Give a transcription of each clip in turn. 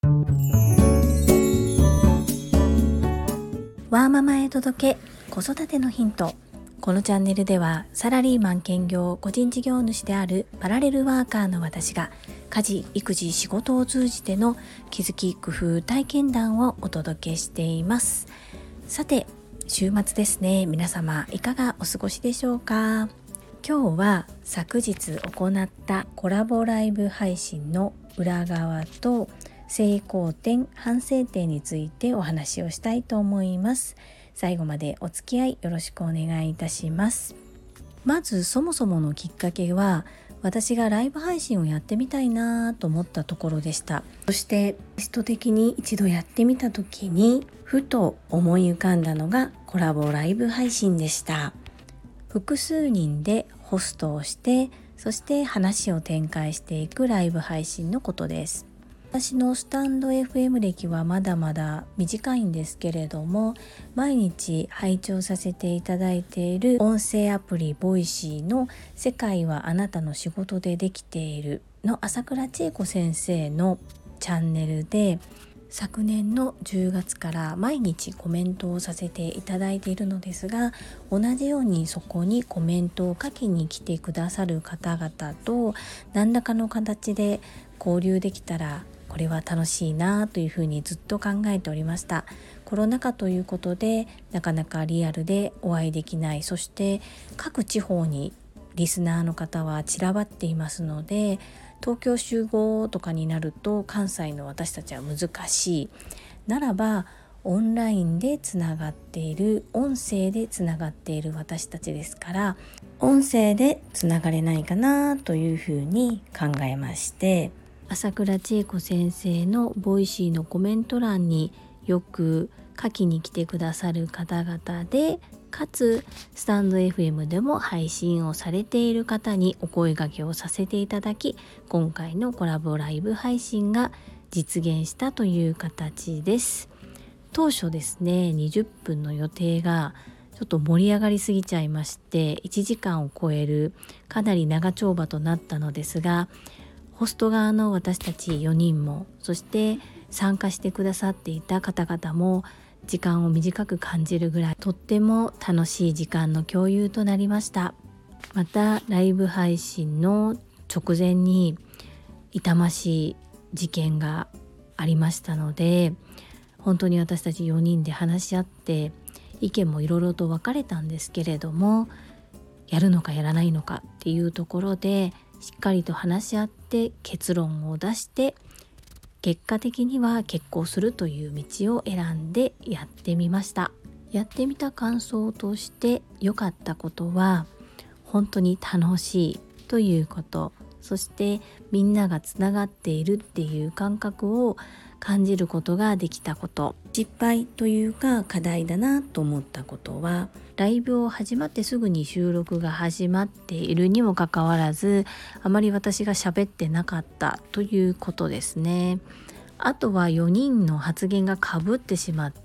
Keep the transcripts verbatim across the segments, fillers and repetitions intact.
ワーママへ届け子育てのヒント。このチャンネルではサラリーマン兼業個人事業主であるパラレルワーカーの私が家事、育児、仕事を通じての気づき、工夫、体験談をお届けしています。さて、週末ですね。皆様いかがお過ごしでしょうか。今日は昨日行ったコラボライブ配信の裏側と成功点、反省点についてお話をしたいと思います。最後までお付き合いよろしくお願いいたします。まずそもそものきっかけは、私がライブ配信をやってみたいなと思ったところでした。そしてテスト的に一度やってみた時にふと思い浮かんだのがコラボライブ配信でした。複数人でホストをして、そして話を展開していくライブ配信のことです。私のスタンド エフエム 歴はまだまだ短いんですけれども、毎日拝聴させていただいている音声アプリボイシーの世界はあなたの仕事でできているの朝倉千恵子先生のチャンネルで、昨年のじゅうがつから毎日コメントをさせていただいているのですが、同じようにそこにコメントを書きに来てくださる方々と何らかの形で交流できたら、これは楽しいなというふうにずっと考えておりました。コロナ禍ということでなかなかリアルでお会いできない、そして各地方にリスナーの方は散らばっていますので、東京集合とかになると関西の私たちは難しいならば、オンラインでつながっている、音声でつながっている私たちですから、音声でつながれないかなというふうに考えまして、朝倉千恵子先生のボイシーのコメント欄によく書きに来てくださる方々で、かつスタンド エフエム でも配信をされている方にお声掛けをさせていただき、今回のコラボライブ配信が実現したという形です。当初ですね、にじゅっぷんの予定がちょっと盛り上がりすぎちゃいまして、いちじかんを超えるかなり長丁場となったのですが、ホスト側の私たちよにんも、そして参加してくださっていた方々も時間を短く感じるぐらい、とっても楽しい時間の共有となりました。またライブ配信の直前に痛ましい事件がありましたので、本当に私たちよにんで話し合って意見もいろいろと分かれたんですけれども、やるのかやらないのかっていうところでしっかりと話し合って結論を出して、結果的には決行するという道を選んでやってみました。やってみた感想として良かったことは、本当に楽しいということ、そしてみんながつながっているっていう感覚を感じることができたこと。失敗というか課題だなと思ったことは、ライブを始まってすぐに収録が始まっているにもかかわらず、あまり私が喋ってなかったということですね。あとはよにんの発言がかぶってしまって、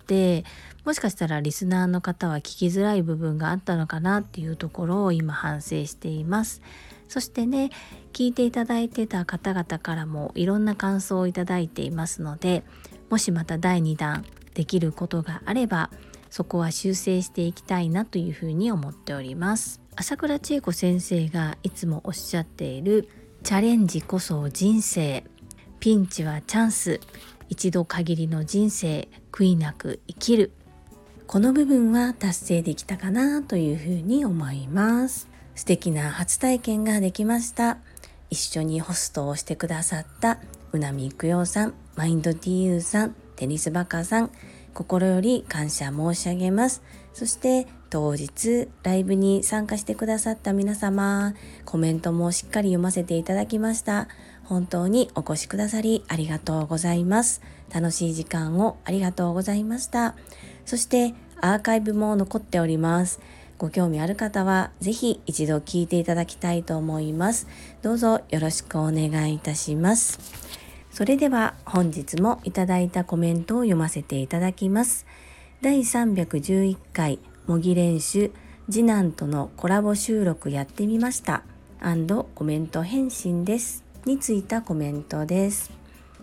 もしかしたらリスナーの方は聞きづらい部分があったのかなっていうところを今反省しています。そしてね、聞いていただいてた方々からもいろんな感想をいただいていますので、もしまただいにだんできることがあれば、そこは修正していきたいなというふうに思っております。朝倉千恵子先生がいつもおっしゃっている、チャレンジこそ人生、ピンチはチャンス、一度限りの人生、悔いなく生きる、この部分は達成できたかなというふうに思います。素敵な初体験ができました。一緒にホストをしてくださったうなみいくようさん、マインド ティーユー さん、テニスバカさん、心より感謝申し上げます。そして当日ライブに参加してくださった皆様、コメントもしっかり読ませていただきました。本当にお越しくださりありがとうございます。楽しい時間をありがとうございました。そしてアーカイブも残っております。ご興味ある方はぜひ一度聞いていただきたいと思います。どうぞよろしくお願いいたします。それでは本日もいただいたコメントを読ませていただきます。だいさんびゃくじゅういっかい模擬練習、次男とのコラボ収録やってみました&コメント返信ですについたコメントです。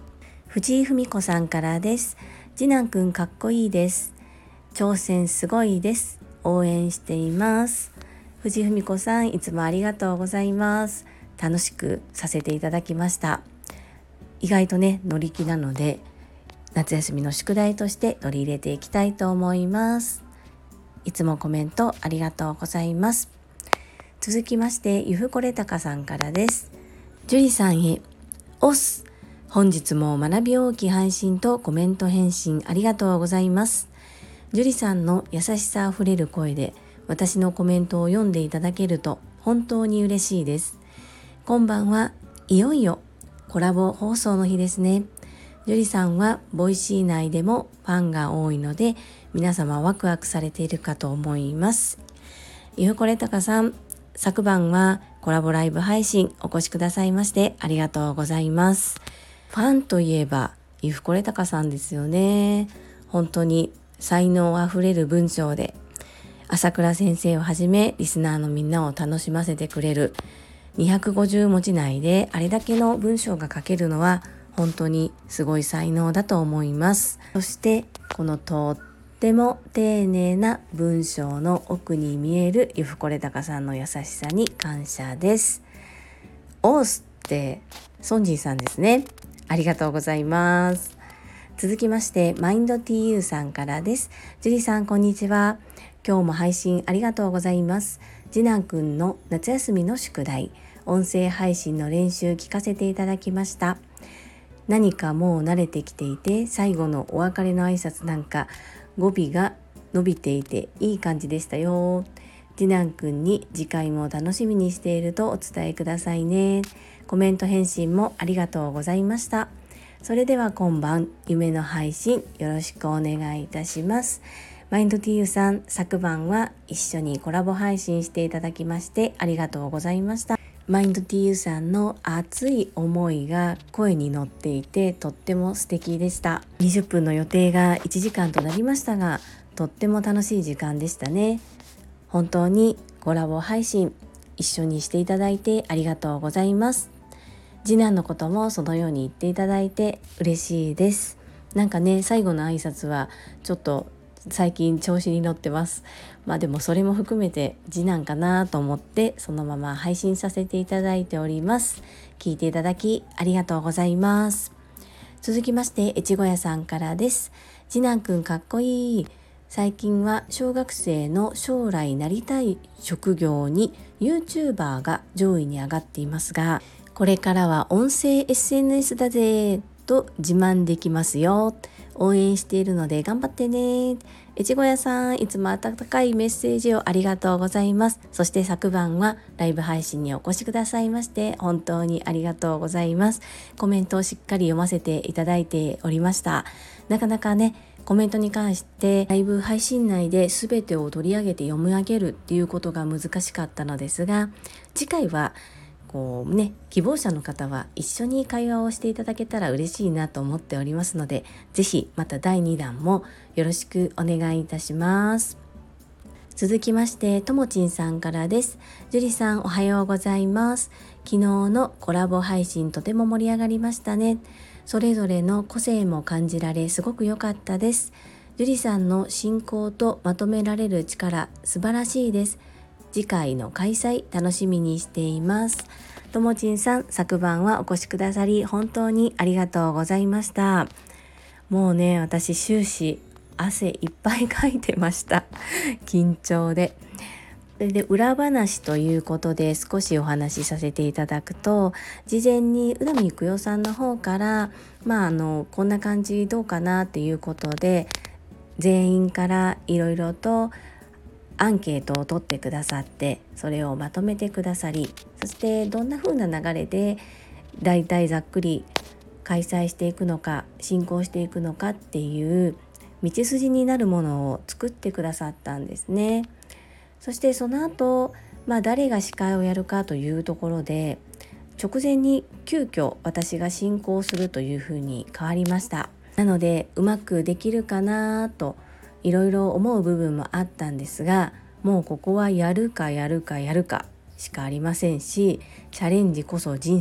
藤井文子さんからです。次男くんかっこいいです。挑戦すごいです。応援しています。藤井文子さん、いつもありがとうございます。楽しくさせていただきました。意外とね、乗り気なので、夏休みの宿題として取り入れていきたいと思います。いつもコメントありがとうございます。続きまして、ゆふこれたかさんからです。ジュリさんへ、おっす。本日も学び大きい配信とコメント返信ありがとうございます。ジュリさんの優しさあふれる声で私のコメントを読んでいただけると本当に嬉しいです。今晩はいよいよコラボ放送の日ですね。ジュリさんはボイシー内でもファンが多いので皆様ワクワクされているかと思います。ゆうこれたかさん、昨晩はコラボライブ配信お越しくださいましてありがとうございます。ファンといえばゆふこれたかさんですよね。本当に才能あふれる文章で朝倉先生をはじめリスナーのみんなを楽しませてくれる。にひゃくごじゅうもじ内であれだけの文章が書けるのは本当にすごい才能だと思います。そしてこのとっても丁寧な文章の奥に見えるゆふこれたかさんの優しさに感謝です。オースってソンジーさんですね。ありがとうございます。続きましてマインド ティーユー さんからです。ジュリさんこんにちは。今日も配信ありがとうございます。次男くんの夏休みの宿題、音声配信の練習聞かせていただきました。何かもう慣れてきていて、最後のお別れの挨拶なんか語尾が伸びていていい感じでしたよ。次男くんに次回も楽しみにしているとお伝えくださいね。コメント返信もありがとうございました。それでは今晩夢の配信よろしくお願いいたします。マインド ティーユー さん、昨晩は一緒にコラボ配信していただきましてありがとうございました。マインド ティーユー さんの熱い思いが声に乗っていてとっても素敵でした。にじゅっぷんの予定がいちじかんとなりましたが、とっても楽しい時間でしたね。本当にコラボ配信一緒にしていただいてありがとうございます。次男のこともそのように言っていただいて嬉しいです。なんかね、最後の挨拶はちょっと最近調子に乗ってます。まあでもそれも含めて次男かなと思ってそのまま配信させていただいております。聞いていただきありがとうございます。続きまして越後屋さんからです。次男くんかっこいい。最近は小学生の将来なりたい職業に YouTuber が上位に上がっていますが、これからは音声 エスエヌエス だぜと自慢できますよ。応援しているので頑張ってね。越後屋さん、いつも温かいメッセージをありがとうございます。そして昨晩はライブ配信にお越しくださいまして本当にありがとうございます。コメントをしっかり読ませていただいておりました。なかなかね、コメントに関してライブ配信内で全てを取り上げて読み上げるっていうことが難しかったのですが、次回はこうね、希望者の方は一緒に会話をしていただけたら嬉しいなと思っておりますので、ぜひまただいにだんもよろしくお願いいたします。続きましてともちんさんからです。ジュリさんおはようございます。昨日のコラボ配信とても盛り上がりましたね。それぞれの個性も感じられすごく良かったです。ジュリさんの進行とまとめられる力素晴らしいです。次回の開催楽しみにしています。ともちんさん、昨晩はお越しくださり本当にありがとうございました。もうね、私終始汗いっぱいかいてました。緊張で。それで裏話ということで少しお話しさせていただくと、事前に宇多見育代さんの方からまああのこんな感じどうかなっていうことで全員からいろいろとアンケートを取ってくださって、それをまとめてくださり、そしてどんな風な流れでだいたいざっくり開催していくのか進行していくのかっていう道筋になるものを作ってくださったんですね。そしてその後、まあ、誰が司会をやるかというところで直前に急遽私が進行するという風に変わりました。なのでうまくできるかなといろいろ思う部分もあったんですが、もうここはやるかやるかやるかしかありませんし、チャレンジこそ人生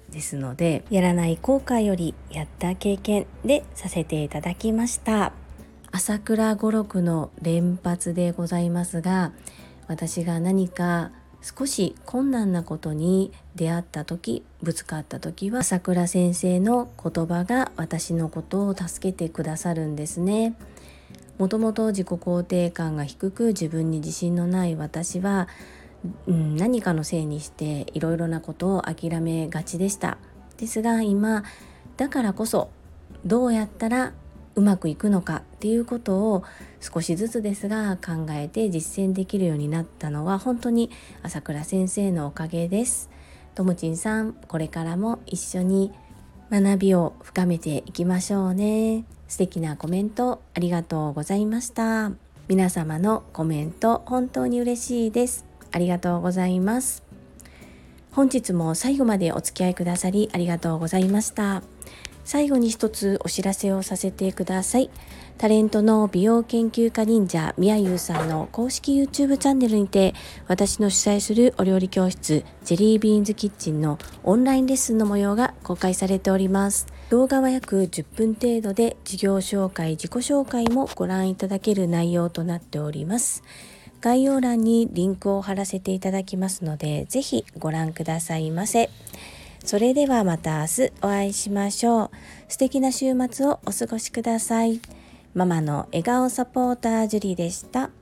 ですので、やらない後悔よりやった経験でさせていただきました。朝倉語録の連発でございますが、私が何か少し困難なことに出会った時、ぶつかった時は朝倉先生の言葉が私のことを助けてくださるんですね。もともと自己肯定感が低く自分に自信のない私は、うん、何かのせいにしていろいろなことを諦めがちでした。ですが今だからこそどうやったらうまくいくのかっていうことを少しずつですが考えて実践できるようになったのは本当に朝倉先生のおかげです。ともちんさん、これからも一緒に学びを深めていきましょうね。素敵なコメントありがとうございました。皆様のコメント本当に嬉しいです。ありがとうございます。本日も最後までお付き合いくださりありがとうございました。最後に一つお知らせをさせてください。タレントの美容研究家忍者みやゆうさんの公式 YouTube チャンネルにて、私の主催するお料理教室ジェリービーンズキッチンのオンラインレッスンの模様が公開されております。動画は約じゅっぷん程度で、事業紹介、自己紹介もご覧いただける内容となっております。概要欄にリンクを貼らせていただきますので、ぜひご覧くださいませ。それではまた明日お会いしましょう。素敵な週末をお過ごしください。ママの笑顔サポータージュリでした。